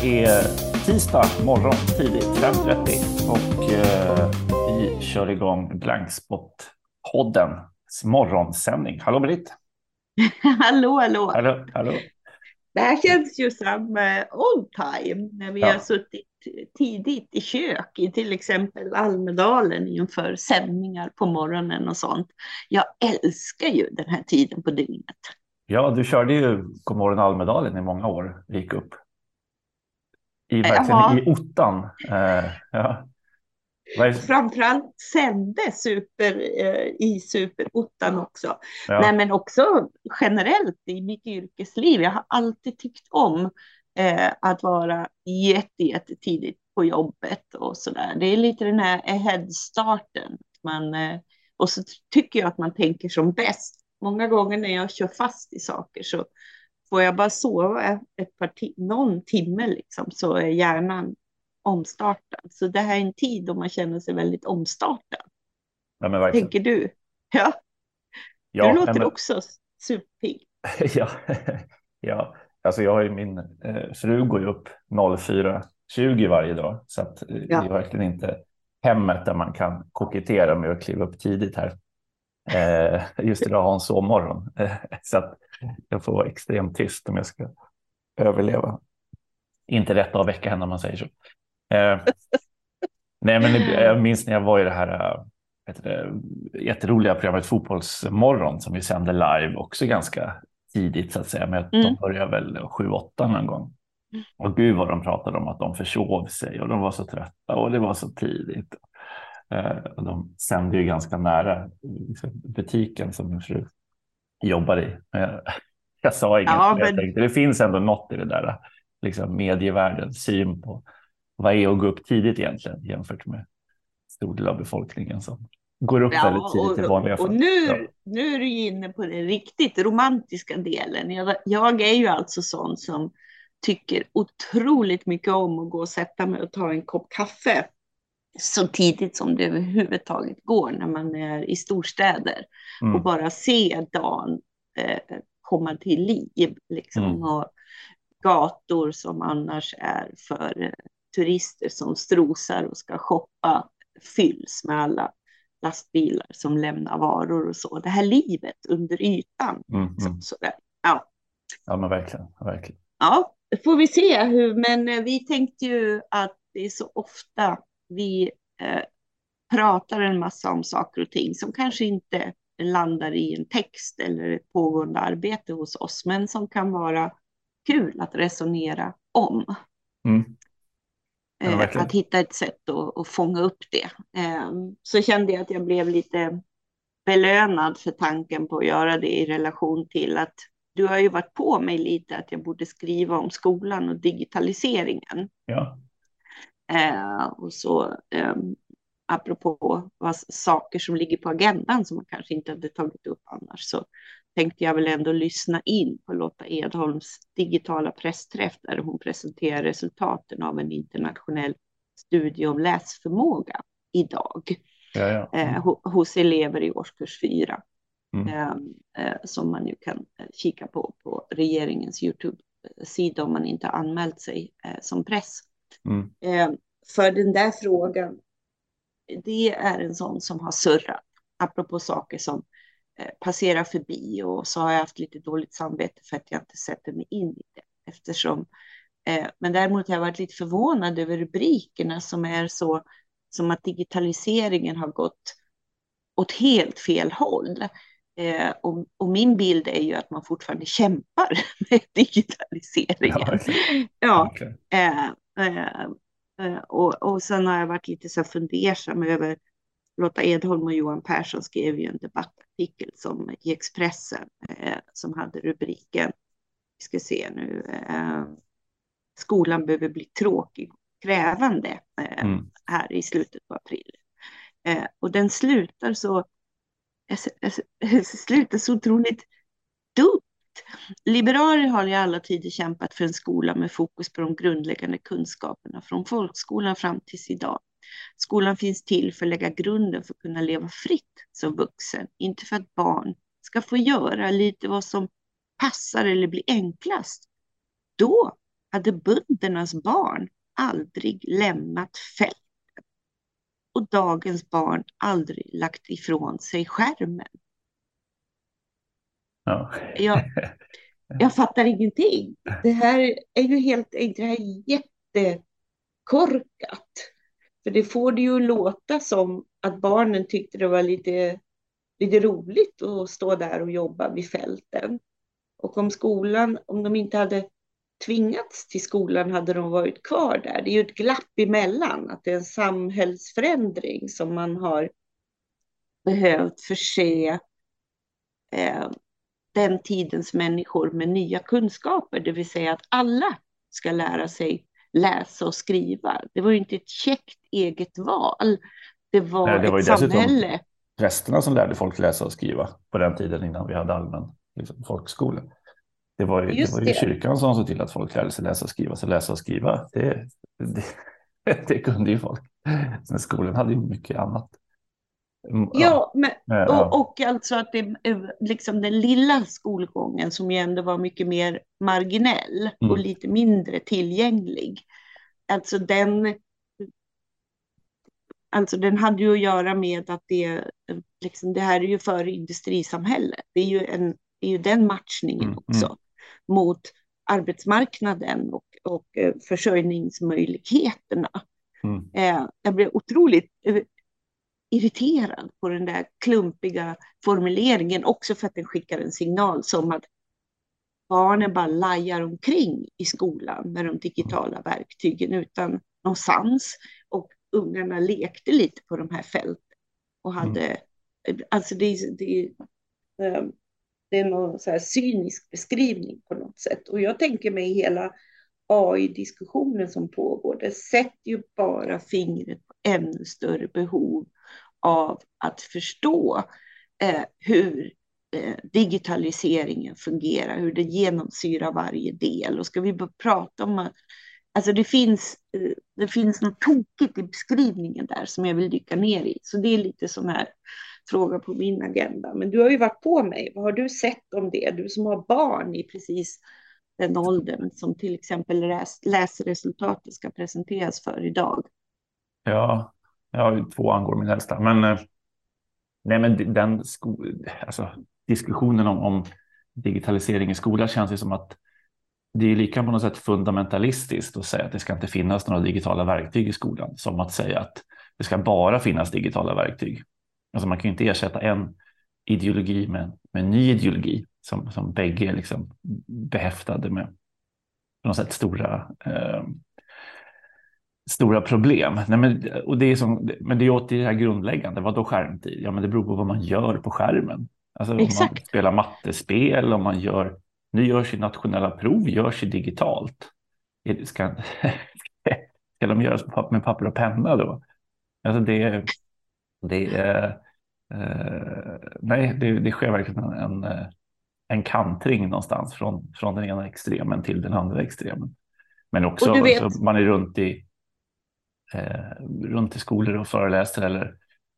Det är tisdag morgon tidigt 5:30 och vi kör igång Blankspot-poddens morgonsändning. Hallå Britt! Hallå, hallå. Hallå, hallå. Det här känns ju som old time när vi har Ja, suttit tidigt i kök i till exempel Almedalen inför sändningar på morgonen och sånt. Jag älskar ju den här tiden på dygnet. ja, du körde ju Godmorgon Almedalen i många år. Det gick upp verkligen Ja, i ottan. Ja. framförallt sände i superottan också. Nej, Ja. men också generellt i mitt yrkesliv. Jag har alltid tyckt om att vara jättetidigt på jobbet och sådär. Det är lite den här headstarten. Och så tycker jag att man tänker som bäst. Många gånger när jag kör fast i saker så får jag bara sova någon timme liksom, så är hjärnan omstartad. Så det här är en tid då man känner sig väldigt omstartad. Ja, men verkligen. Tänker du? Ja, du Ja, nej, låter men, också superpigg. ja, ja. Alltså jag har ju min fru går ju upp 04:20 varje dag. Så att, det är Ja. verkligen inte hemmet där man kan kokettera med att kliva upp tidigt här. Just idag har en sovmorgon. Så att jag får vara extremt tyst om jag ska överleva. Inte rätt av vecka henne om man säger så. Eh, nej, men jag minns när jag var i det här jätteroliga programmet Fotbollsmorgon som vi sände live också ganska tidigt så att säga. Men de Mm. började väl 7-8 någon gång. Och gud vad de pratade om att de försov sig och de var så trötta och det var så tidigt. Och de sände ju ganska nära liksom, butiken som min fru jobbar i. Jag sa inget, Ja, men jag men tänkte det finns ändå något i det där liksom, medievärldens syn på vad är att gå upp tidigt egentligen jämfört med stor del av befolkningen som går upp väldigt ja, tidigt i vanliga och fall. nu är du ju inne på den riktigt romantiska delen. Jag är ju alltså sån som tycker otroligt mycket om att gå och sätta mig och ta en kopp kaffe så tidigt som det överhuvudtaget går när man är i storstäder och Mm, bara se dagen komma till liv liksom, mm, och gator som annars är för turister som strosar och ska shoppa fylls med alla lastbilar som lämnar varor och så. Det här livet under ytan. mm, Liksom, mm. sådär. Ja. Ja, men verkligen, verkligen. Ja, det får vi se hur, men vi tänkte ju att det är så ofta vi eh, pratar en massa om saker och ting som kanske inte landar i en text eller ett pågående arbete hos oss, men som kan vara kul att resonera om. Mm, ja, men Att verkligen. hitta ett sätt att fånga upp det. Så kände jag att jag blev lite belönad för tanken på att göra det i relation till att du har ju varit på mig lite att jag borde skriva om skolan och digitaliseringen. Ja, Och så apropå saker som ligger på agendan som man kanske inte hade tagit upp annars, så tänkte jag väl ändå lyssna in på Lotta Edholms digitala pressträff där hon presenterar resultaten av en internationell studie om läsförmåga idag ja, ja. Mm, hos elever i årskurs 4, mm, som man ju kan kika på regeringens YouTube-sida om man inte har anmält sig som press. mm. Eh, för den där frågan, det är en sån som har surrat, apropå saker som passerar förbi, och så har jag haft lite dåligt samvete för att jag inte sätter mig in i det. Men däremot har jag varit lite förvånad över rubrikerna som är så som att digitaliseringen har gått åt helt fel håll. Och min bild är ju att man fortfarande kämpar med Ja, digitaliseringen. verkligen. Ja, Verkligen. eh, eh, och sen har jag varit lite så fundersam över Lotta Edholm och Johan Persson skrev ju en debattartikel i Expressen som hade rubriken, vi ska se nu, skolan behöver bli tråkig och krävande Mm, här i slutet på april. Och den slutar så otroligt dumt. Liberaler har i alla tider kämpat för en skola med fokus på de grundläggande kunskaperna från folkskolan fram tills idag. Skolan finns till för att lägga grunden för att kunna leva fritt som vuxen, inte för att barn ska få göra lite vad som passar eller blir enklast. Då hade böndernas barn aldrig lämnat fält och dagens barn aldrig lagt ifrån sig skärmen. Ja. Jag, jag fattar ingenting. Det här är ju helt enkelt, det här är jättekorkat. För det får det ju låta som att barnen tyckte det var lite roligt att stå där och jobba vid fälten. Och om de inte hade tvingats till skolan hade de varit kvar där. Det är ju ett glapp emellan, att det är en samhällsförändring som man har behövt förse eh, den tidens människor med nya kunskaper, det vill säga att alla ska lära sig läsa och skriva. Det var ju inte ett käckt eget val. Det Nej, var det var ett ju dessutom samhälle. prästerna som lärde folk läsa och skriva på den tiden innan vi hade allmän folkskola. Det var Just ju det. kyrkan som såg till att folk lärde sig läsa och skriva. Så läsa och skriva, det, det kunde ju folk. Men skolan hade ju mycket annat. Ja, Ja, men, ja. och alltså att det liksom den lilla skolgången som ju ändå var mycket mer marginell och Mm, lite mindre tillgänglig. Alltså den hade ju att göra med att det här är ju före industrisamhället. Det är ju den matchningen mm, mm, också mot arbetsmarknaden och försörjningsmöjligheterna. mm, Jag blev otroligt irriterad på den där klumpiga formuleringen, också för att den skickar en signal som att barnen bara lajar omkring i skolan med de digitala verktygen utan någon sans, och ungarna lekte lite på de här fälten och mm. hade, alltså det är någon så här cynisk beskrivning på något sätt. Och jag tänker mig hela AI-diskussionen som pågår, det sätter ju bara fingret på ännu större behov av att förstå hur digitaliseringen fungerar, hur det genomsyrar varje del. Och ska vi bara prata om att alltså det finns något tokigt i beskrivningen där som jag vill dyka ner i. Så det är lite sån här fråga på min agenda. Men du har ju varit på mig. Vad har du sett om det? Du som har barn i precis den åldern som till exempel läsresultatet ska presenteras för idag. Ja, jag har ju 2 angår min äldsta. Men nej, men alltså, diskussionen om digitalisering i skolan känns ju som att det är lika på något sätt fundamentalistiskt att säga att det ska inte finnas några digitala verktyg i skolan som att säga att det ska bara finnas digitala verktyg. Alltså man kan ju inte ersätta en ideologi med en ny ideologi som bägge är liksom behäftade med på något sätt stora problem. Nej, och det är men det är åt det här grundläggande. Vad då skärmtid? Ja, men det beror på vad man gör på skärmen. Alltså om man Exakt. spelar mattespel, om man nu görs ju nationella prov, görs ju digitalt. Ska de göras med papper och penna då? Alltså nej, det sker verkligen en kantring någonstans från den ena extremen till den andra extremen. Men Och också du vet, alltså, man är runt i skolor och föreläser eller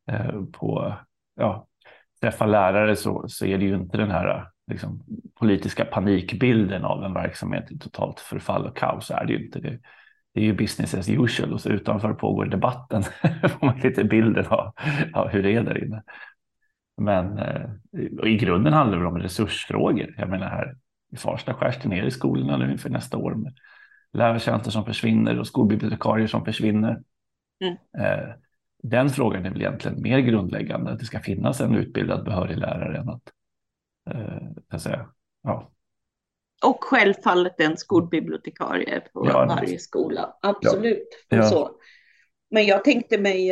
ja, träffar lärare så är det ju inte den här liksom, politiska panikbilden av en verksamhet i totalt förfall och kaos. Är det ju inte. Det är ju business as usual och så utanför pågår debatten. Får man lite bilden av hur det är där inne. Men i grunden handlar det om resursfrågor. Jag menar här i Farsta skärs det ner i skolorna nu inför nästa år med lärartjänster som försvinner och skolbibliotekarier som försvinner. mm. Den frågan är väl egentligen mer grundläggande, att det ska finnas en utbildad behörig lärare än att säga, ja. Och självfallet en skolbibliotekarie på Ja, varje skola. ja, Absolut. Och ja. så. Men jag tänkte mig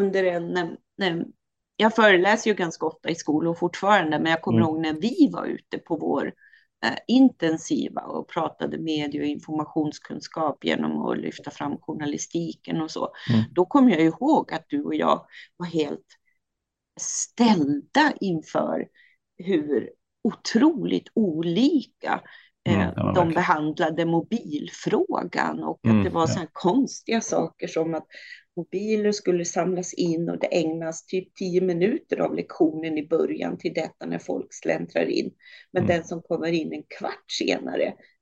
jag föreläser ju ganska ofta i skolor fortfarande, men jag kommer Mm, ihåg när vi var ute på vår intensiva och pratade medie- och informationskunskap genom att lyfta fram journalistiken och så. mm, Då kom jag ihåg att du och jag var helt ställda inför hur otroligt olika ja, men de verkligen. behandlade mobilfrågan, och att det var så Ja. här konstiga saker som att mobiler skulle samlas in och det ägnas typ 10 minuter av lektionen i början till detta när folk släntrar in. Men Mm, den som kommer in en kvart senare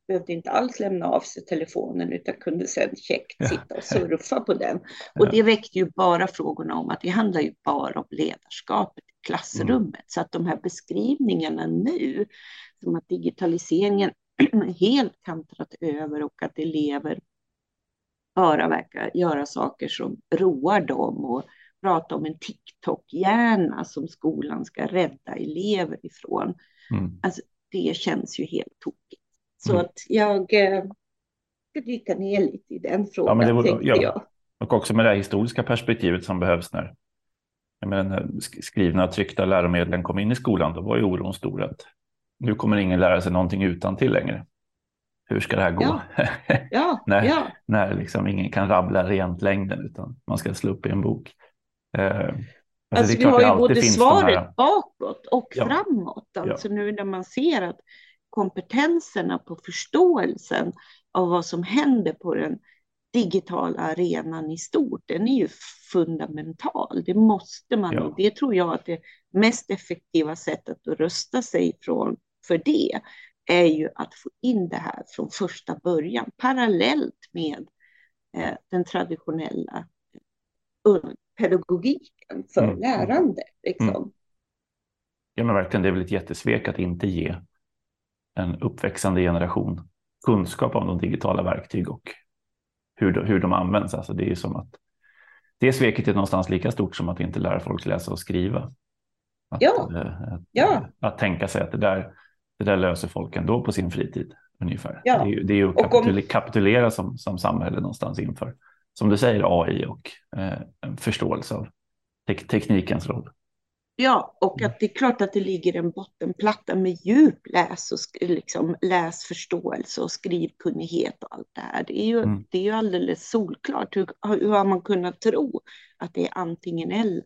behövde inte alls lämna av sig telefonen utan kunde sedan käckt Ja. sitta och surfa på den. Och Ja. det väckte ju bara frågorna om att det handlar ju bara om ledarskapet i klassrummet. Så att de här beskrivningarna nu, som att digitaliseringen helt kantrat över och att elever bara verkar göra saker som roar dem och prata om en TikTok-hjärna som skolan ska rädda elever ifrån. Alltså, det känns ju helt tokigt. Så att jag ska dyka ner lite i den frågan, men det tänkte jag. Och också med det här historiska perspektivet som behövs när skrivna tryckta läromedlen kom in i skolan. Då var ju oron stor att nu kommer ingen lära sig någonting utan till längre. Hur ska det här gå? När liksom ingen kan rabbla rent längden utan man ska slå upp i en bok. Alltså vi har ju både svaret bakåt och framåt. Alltså nu när man ser att kompetenserna på förståelsen av vad som händer på den digitala arenan i stort, den är ju fundamental. Det måste man, och det tror jag att det mest effektiva sättet att rusta sig för det är ju att få in det här från första början, parallellt med den traditionella pedagogiken för lärande. Liksom. Ja, men verkligen, det är väl ett jättesvek att inte ge en uppväxande generation kunskap om de digitala verktyg och hur de används. Alltså det är ju som att det sveket är någonstans lika stort som att inte lära folk läsa och skriva. Att tänka sig att det där löser folk ändå på sin fritid ungefär. Ja. Det är ju att kapitulera som samhälle någonstans inför, som du säger, AI och en förståelse av teknikens roll. Ja, och att det är klart att det ligger en bottenplatta med djup läsförståelse och skrivkunnighet och allt det här. Det är ju alldeles solklart. Hur har man kunnat tro att det är antingen eller?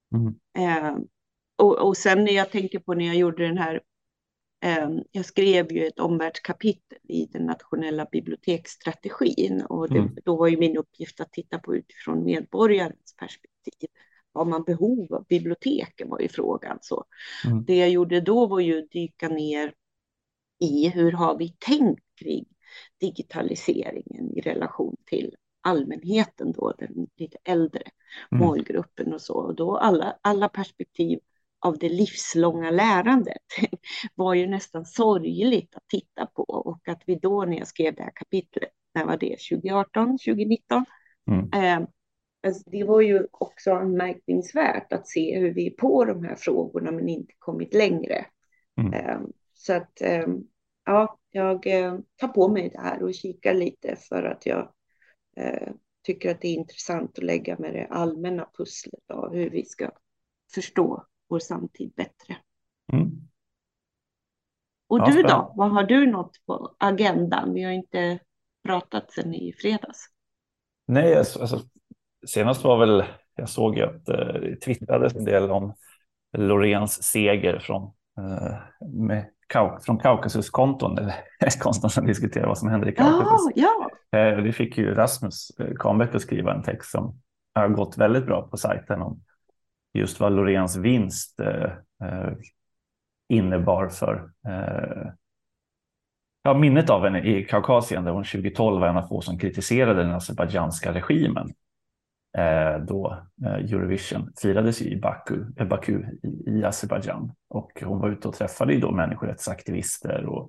Och sen när jag tänker på när jag gjorde den här, jag skrev ju ett omvärldskapitel i den nationella biblioteksstrategin och då var ju min uppgift att titta på utifrån medborgarens perspektiv. Har man behov av biblioteken var ju frågan. Så det jag gjorde då var ju dyka ner i hur har vi tänkt kring digitaliseringen i relation till allmänheten då, den lite äldre målgruppen och så. Och då alla perspektiv av det livslånga lärandet var ju nästan sorgligt att titta på. Och att vi då när jag skrev det här kapitlet, när var det? 2018, 2019? Alltså det var ju också anmärkningsvärt att se hur vi är på de här frågorna men inte kommit längre. Så att jag tar på mig det här och kikar lite för att jag tycker att det är intressant att lägga med det allmänna pusslet av hur vi ska förstå vår samtid bättre. Och du då? Vad har du något på agendan? Vi har inte pratat sedan i fredags. Nej, alltså senast var väl, jag såg ju att det twittrades en del om Loreens seger från Kaukasuskonton, eller konton som diskuterar vad som händer i Kaukasus. Vi fick ju Rasmus Kahnbäck att skriva en text som har gått väldigt bra på sajten om just vad Loreens vinst innebar för minnet av henne i Kaukasien, där hon 2012 var en av få som kritiserade den azerbajdzjanska regimen. Då Eurovision firades i Baku i Azerbajdzjan, och hon var ute och träffade då människorättsaktivister och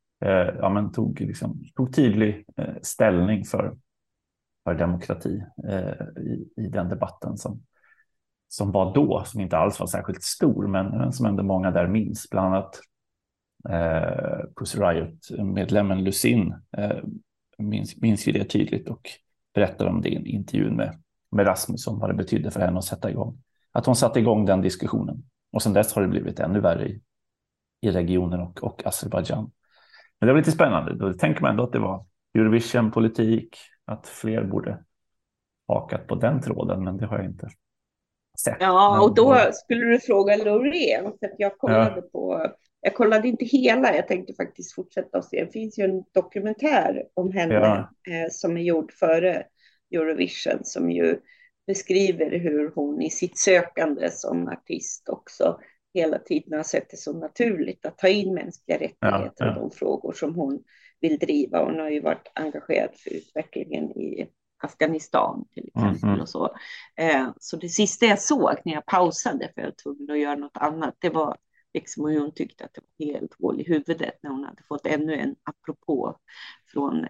tog tydlig ställning för demokrati i den debatten som var då, som inte alls var särskilt stor men som ändå många där minns, bland annat Pussy Riot-medlemmen Lucin minns ju det tydligt och berättar om det i en intervju med Rasmus om vad det betydde för henne att hon satte igång den diskussionen. Och sedan dess har det blivit ännu värre i regionen och Azerbajdzjan. Men det var lite spännande. Då tänker man ändå att det var Eurovision-politik, att fler borde hakat på den tråden, men det har jag inte sett. Ja, och då skulle du fråga Loreen, för att jag kollade inte hela, jag tänkte faktiskt fortsätta och se. Det finns ju en dokumentär om henne som är gjord före Eurovision, som ju beskriver hur hon i sitt sökande som artist också hela tiden har sett det så naturligt att ta in mänskliga Ja, rättigheter och ja. de frågor som hon vill driva. Hon har ju varit engagerad för utvecklingen i Afghanistan till exempel och så. Så det sista jag såg när jag pausade för jag var tvungen att göra något annat, det var liksom hur hon tyckte att det var helt hål i huvudet när hon hade fått ännu en apropå från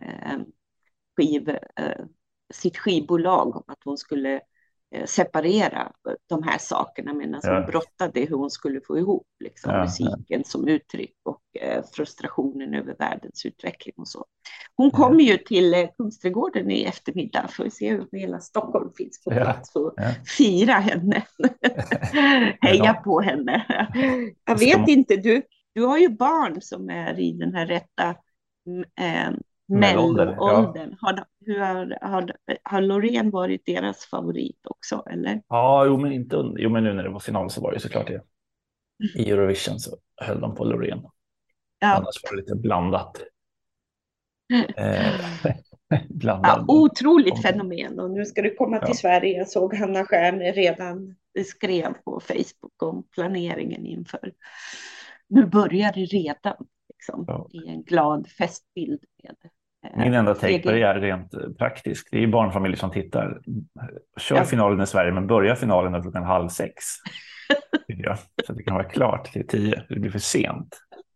sitt skivbolag om att hon skulle separera de här sakerna medan hon Ja, brottade hur hon skulle få ihop liksom, ja, ja. musiken som uttryck och frustrationen över världens utveckling och så. Hon kommer ju till Kungsträdgården i eftermiddag för att se hur hela Stockholm finns på Ja, plats och ja. fira henne. Heja Ja. på henne. Jag Ska vet man, inte, du har ju barn som är i den här rätta eh, medelålder, ja. melloåldern. Har Loreen varit deras favorit också, eller? Ja, jo men inte jo men nu när det var final så var det såklart det. I Eurovision så höll de på Loreen. Ja. Annars var det lite blandat. Eh, Ja, blandad. otroligt fenomen och nu ska du komma till Ja, Sverige. Jag såg Hanna Stjärn redan skrev på Facebook om planeringen inför. Nu börjar det redan liksom, ja. i en glad festbild med Min enda take på det egen. är rent praktiskt. Det är barnfamiljer som tittar. Kör Ja. finalen i Sverige men börjar finalen klockan 5:30. Tycker jag. Så att det kan vara klart till 10. Det blir för sent.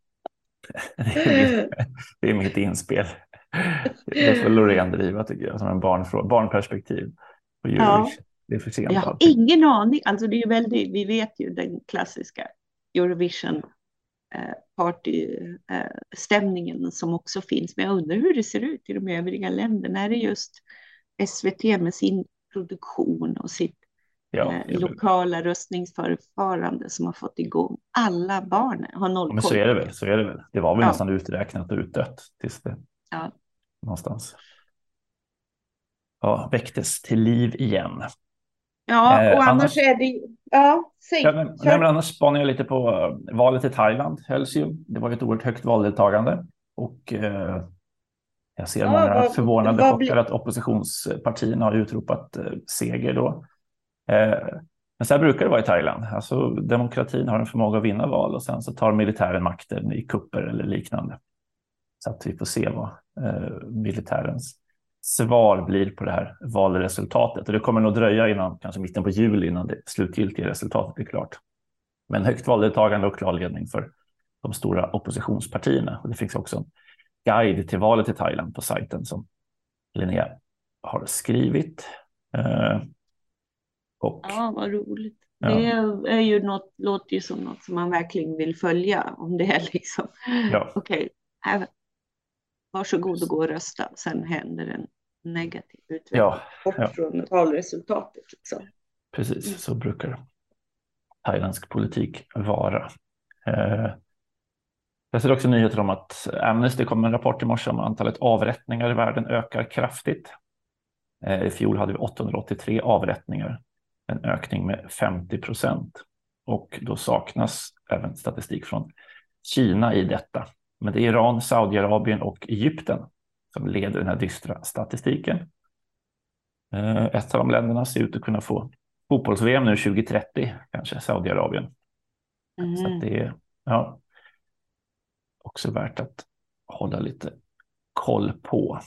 Det är mitt inspel. Det får Loreen driva tycker jag som en barnperspektiv på Ja, Eurovision. Det är för jag sent har allting. ingen aning. Alltså det är ju väldigt, vi vet ju den klassiska Eurovision partystämningen som också finns. Men jag undrar hur det ser ut i de övriga länderna. Är det just SVT med sin produktion och sitt Ja, det är väl. lokala röstningsförfarande som har fått igång alla barnen? Har Ja, noll men så koll är på det det. väl. Så är det väl. Det var väl Ja, nästan uträknat och utdött tills det ja. någonstans ja, väcktes till liv igen. Ja, och annars Annars, är det ja, ja, säg, nej, kör. men annars spanar jag lite på valet i Thailand. Hölls ju. Det var ju ett oerhört högt valdeltagande och jag ser Ja, många förvånade vad chockade blir, att oppositionspartierna har utropat seger då. Eh, men så här brukar det vara i Thailand. Alltså, demokratin har en förmåga att vinna val och sen så tar militären makten i kupper eller liknande. Så att vi får se vad militärens svar blir på det här valresultatet. Och det kommer nog dröja innan kanske mitten på juli innan det slutgiltiga resultatet är klart. Men högt valdeltagande och klar ledning för de stora oppositionspartierna. Och det finns också en guide till valet i Thailand på sajten som Linnea har skrivit. Och ja, vad roligt. Det ja, är ju något, låter ju som något som man verkligen vill följa. Om det är liksom, ja, okej, varsågod och gå och rösta. Sen händer en negativ ja, utveckling bort ja, från valresultatet. Liksom. precis Mm. så brukar thailändsk politik vara. Eh, Jag ser också nyheter om att Amnesty kom med en rapport i morse om antalet avrättningar i världen ökar kraftigt. I fjol hade vi 883 avrättningar, en ökning med 50%. Och då saknas även statistik från Kina i detta. Men det är Iran, Saudiarabien och Egypten som leder den här dystra statistiken. Ett av de länderna ser ut att kunna få fotbolls-VM nu 2030, kanske Saudiarabien. Så att Mm. det är ja, också värt att hålla lite koll på.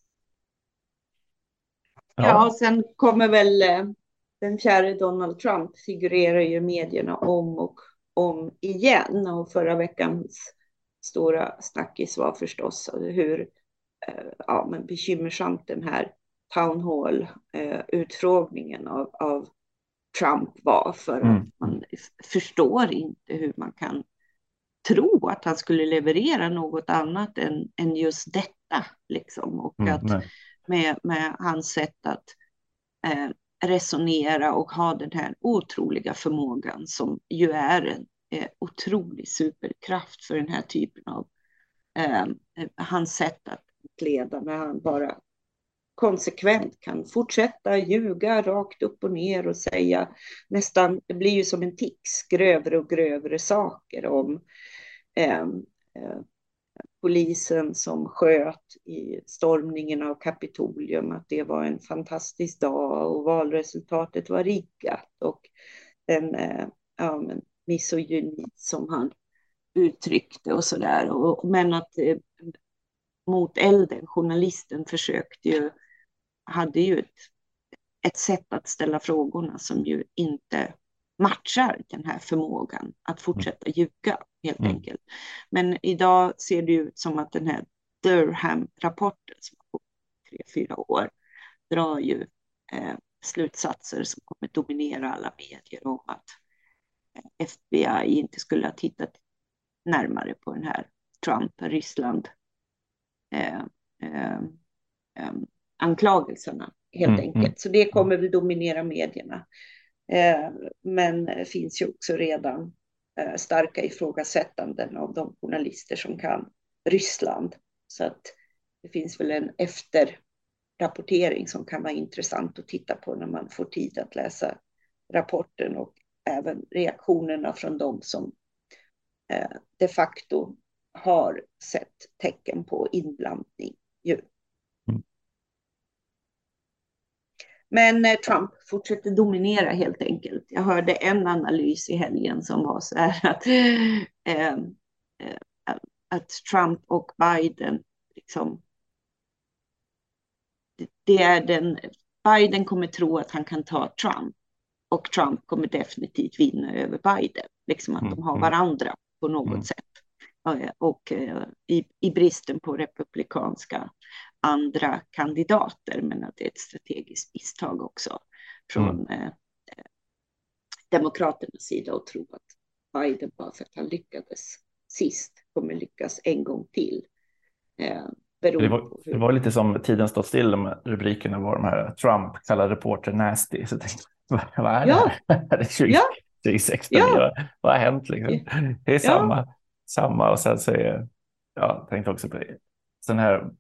Ja, Ja, och sen kommer väl den käre Donald Trump figurerar ju i medierna om och om igen. Och förra veckans stora snackis var förstås hur ja, men bekymmersamt den här town hall-utfrågningen av Trump var. För att mm, man förstår inte hur man kan tro att han skulle leverera något annat än just detta. Liksom. Och att nej. med hans sätt att resonera och ha den här otroliga förmågan som ju är en otrolig superkraft för den här typen av hans sätt att leda när han bara konsekvent kan fortsätta ljuga rakt upp och ner och säga nästan, det blir ju som en tics, grövre och grövre saker om eh, eh, polisen som sköt i stormningen av Kapitolium, att det var en fantastisk dag och valresultatet var riggat och den ja, men misogyni som han uttryckte och sådär. Men att Mot elden, journalisten hade ju ett sätt att ställa frågorna som ju inte matchar den här förmågan att fortsätta ljuga helt enkelt. Men idag ser det ut som att den här Durham-rapporten som har gått 3-4 år drar ju slutsatser som kommer dominera alla medier om att FBI inte skulle ha tittat närmare på den här Trump-Ryssland anklagelserna helt enkelt. Så det kommer väl dominera medierna. Men det finns ju också redan starka ifrågasättanden av de journalister som kan Ryssland. Så att det finns väl en efterrapportering som kan vara intressant att titta på när man får tid att läsa rapporten, och även reaktionerna från de som de facto har sett tecken på inblandning. Men Trump fortsätter dominera helt enkelt. Jag hörde en analys i helgen som var så här att Trump och Biden liksom, Biden kommer tro att han kan ta Trump, och Trump kommer definitivt vinna över Biden. Liksom att de har varandra på något sätt. Och i bristen på republikanska andra kandidater, men att det är ett strategiskt misstag också från demokraternas sida att tro att Biden, bara för att han lyckades sist, kommer lyckas en gång till. Det var lite som tiden stått still, med rubrikerna var de här: Trump kallar reporter nasty. Så jag tänkte, vad är det här? Det är 2016. Vad har hänt liksom? Det är samma. Och sen så jag tänkte också på det. Sån här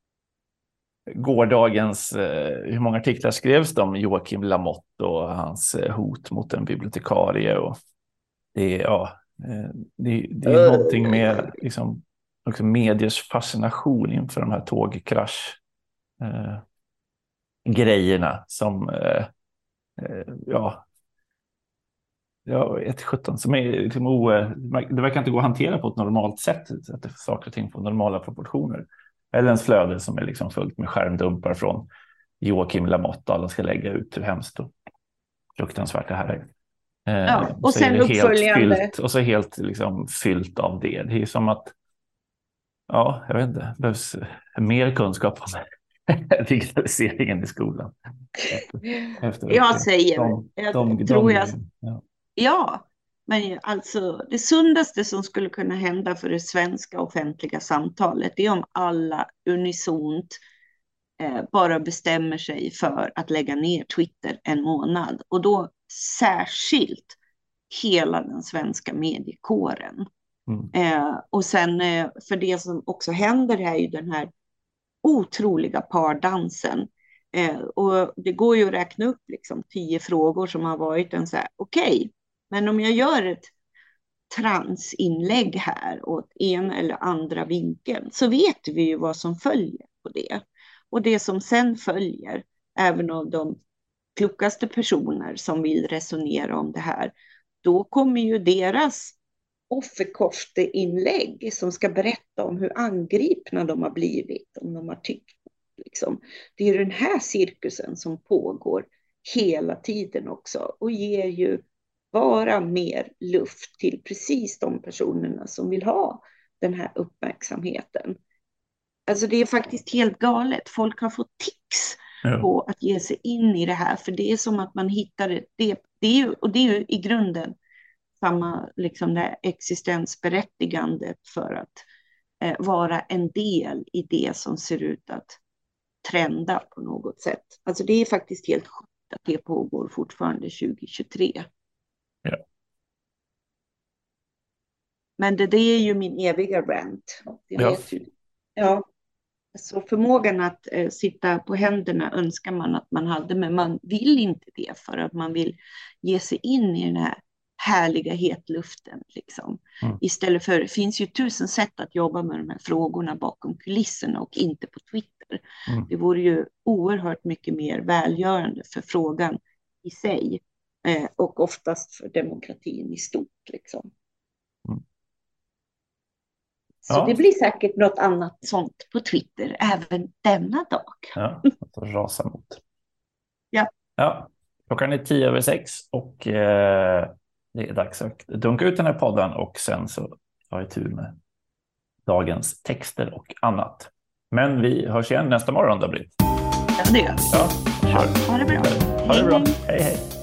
gårdagens, hur många artiklar skrevs det om Joakim Lamotte och hans hot mot en bibliotekarie, och det är någonting med liksom också mediers fascination inför de här tågkrasch grejerna som ett 17 som är liksom det verkar inte gå att hantera på ett normalt sätt, så att det saker och ting på normala proportioner. Eller ens flöde som är liksom fullt med skärmdumpar från Joakim Lamotte, alla ska lägga ut hur hemskt och fruktansvärt det här är. Och sen uppföljande. Och så helt liksom fyllt av det. Det är som att jag vet inte, det behövs mer kunskap om digitaliseringen i skolan. Men alltså det sundaste som skulle kunna hända för det svenska offentliga samtalet är om alla unisont bara bestämmer sig för att lägga ner Twitter en månad, och då särskilt hela den svenska mediekåren. Och sen för det som också händer här är ju den här otroliga pardansen. Och det går ju att räkna upp liksom 10 frågor som har varit en så här, okej, men om jag gör ett transinlägg här åt en eller andra vinkeln, så vet vi ju vad som följer på det. Och det som sen följer, även av de klokaste personer som vill resonera om det här, då kommer ju deras offerkorste-inlägg som ska berätta om hur angripna de har blivit, om de har tyckt. Liksom. Det är den här cirkusen som pågår hela tiden också, och ger ju bara mer luft till precis de personerna som vill ha den här uppmärksamheten. Alltså det är faktiskt helt galet. Folk har fått tics på att ge sig in i det här, för det är som att man hittar det är ju i grunden samma liksom det existensberättigandet för att vara en del i det som ser ut att trenda på något sätt. Alltså det är faktiskt helt sjukt att det pågår fortfarande 2023. Ja. Men det är ju min eviga rant. Så förmågan att sitta på händerna önskar man att man hade, men man vill inte det, för att man vill ge sig in i den här härliga hetluften liksom. Istället för, det finns ju 1000 sätt att jobba med de här frågorna bakom kulisserna och inte på Twitter. Det vore ju oerhört mycket mer välgörande för frågan i sig Och oftast för demokratin i stort. Liksom. Mm. Så det blir säkert något annat sånt på Twitter även denna dag. Ja, att rasa mot. Ja. Ja, klockan är 6:10 och det är dags att dunka ut den här podden och sen så tar jag tur med dagens texter och annat. Men vi hörs igen nästa morgon, Britt. Ja, det gör vi. Ja, kör. Ha det bra. Ha det bra. Hej, hej.